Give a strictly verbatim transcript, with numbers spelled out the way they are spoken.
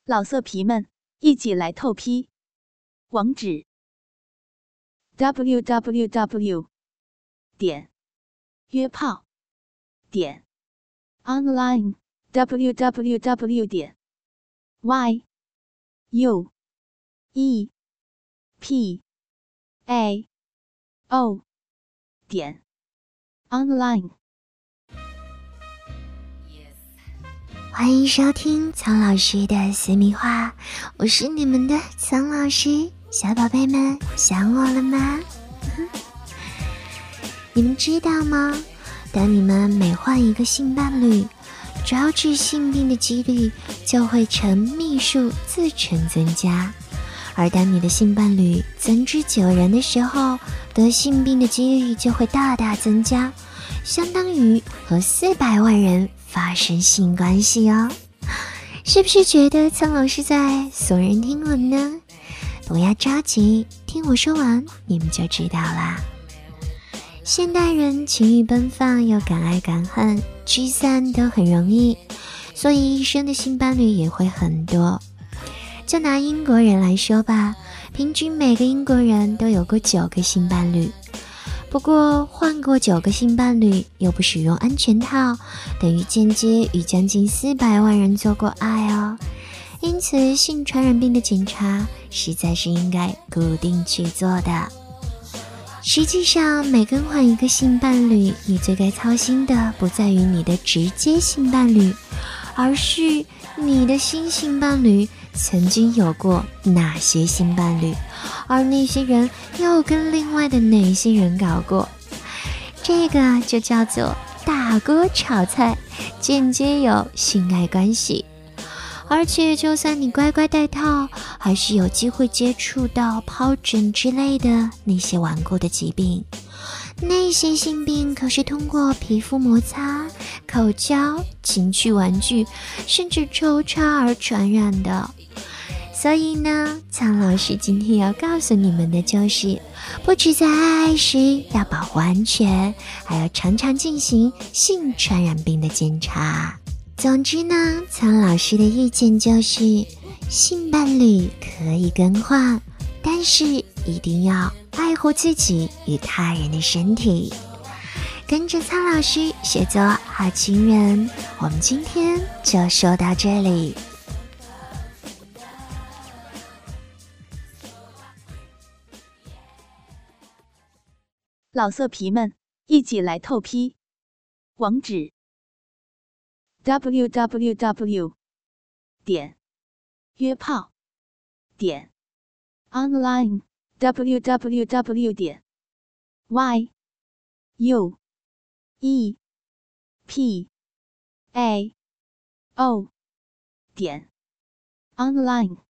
老色皮们，一起来透批！网址 ：double u double u double u 点约炮点 online double u double u double u 点 y u e p a o 点 online。 欢迎收听苍老师的私密话，我是你们的苍老师，小宝贝们想我了吗？你们知道吗？当你们每换一个性伴侣，招致性病的几率就会呈密数自成增加，而当你的性伴侣增至九人的时候，得性病的几率就会大大增加，相当于和四百万人发生性关系哦。是不是觉得苍老师在耸人听闻呢？不要着急，听我说完你们就知道啦。现代人情欲奔放又敢爱敢恨，聚散都很容易，所以一生的性伴侣也会很多。就拿英国人来说吧，平均每个英国人都有过九个性伴侣。不过换过九个性伴侣又不使用安全套，等于间接与将近四百万人做过爱哦。因此性传染病的检查实在是应该固定去做的。实际上每更换一个性伴侣，你最该操心的不在于你的直接性伴侣，而是你的新性伴侣曾经有过哪些性伴侣，而那些人又跟另外的哪些人搞过。这个就叫做大锅炒菜，间接有性爱关系。而且就算你乖乖戴套，还是有机会接触到疱疹之类的那些顽固的疾病。那些性病可是通过皮肤摩擦、口交、情趣玩具甚至抽插而传染的。所以呢，苍老师今天要告诉你们的就是，不止在爱爱时要保护安全，还要常常进行性传染病的检查。总之呢，苍老师的意见就是，性伴侣可以更换，但是一定要爱护自己与他人的身体。跟着苍老师学做好情人，我们今天就说到这里。 老色皮们，一起来透批！网址 ：double u double u double u 点约炮点 online double u double u double u 点 y u e p a o 点 online。